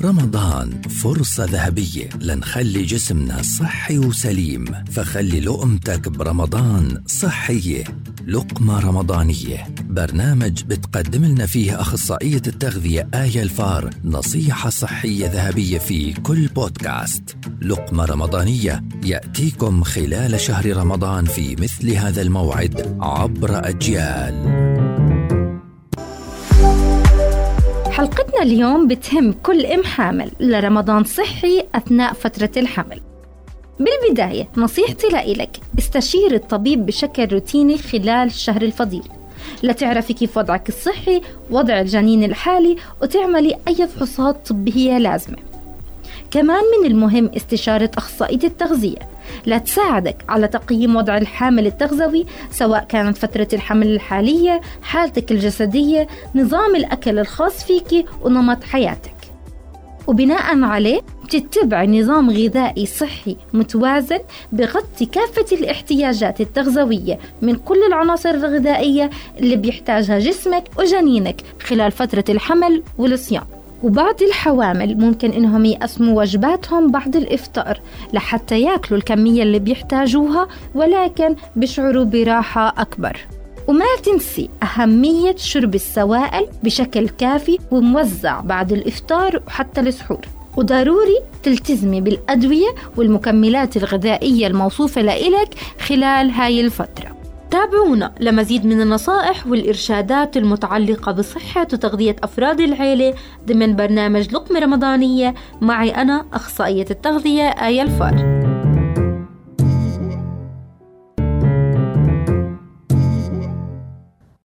رمضان فرصة ذهبية لنخلي جسمنا صحي وسليم، فخلي لقمتك برمضان صحية. لقمة رمضانية، برنامج بتقدم لنا فيه أخصائية التغذية آية الفار نصيحة صحية ذهبية في كل بودكاست. لقمة رمضانية يأتيكم خلال شهر رمضان في مثل هذا الموعد عبر أجيال. حلقتنا اليوم بتهم كل أم حامل لرمضان صحي أثناء فترة الحمل. بالبداية نصيحتي لإلك استشير الطبيب بشكل روتيني خلال الشهر الفضيل لتعرفي كيف وضعك الصحي، وضع الجنين الحالي، وتعملي أي فحوصات طبية لازمة. كمان من المهم استشارة أخصائية التغذية لتساعدك على تقييم وضع الحامل التغذوي، سواء كانت فترة الحمل الحالية، حالتك الجسدية، نظام الأكل الخاص فيك، ونمط حياتك. وبناء عليه تتبع نظام غذائي صحي متوازن بغطي كافة الاحتياجات التغذوية من كل العناصر الغذائية اللي بيحتاجها جسمك وجنينك خلال فترة الحمل والصيام. وبعض الحوامل ممكن إنهم يقسموا وجباتهم بعد الإفطار لحتى يأكلوا الكمية اللي بيحتاجوها، ولكن بيشعروا براحة أكبر. وما تنسي أهمية شرب السوائل بشكل كافي وموزع بعد الإفطار وحتى السحور. وضروري تلتزمي بالأدوية والمكملات الغذائية الموصوفة لإلك خلال هاي الفترة. تابعونا لمزيد من النصائح والإرشادات المتعلقة بصحة وتغذية أفراد العيلة ضمن برنامج لقمة رمضانية معي أنا أخصائية التغذية آية الفار.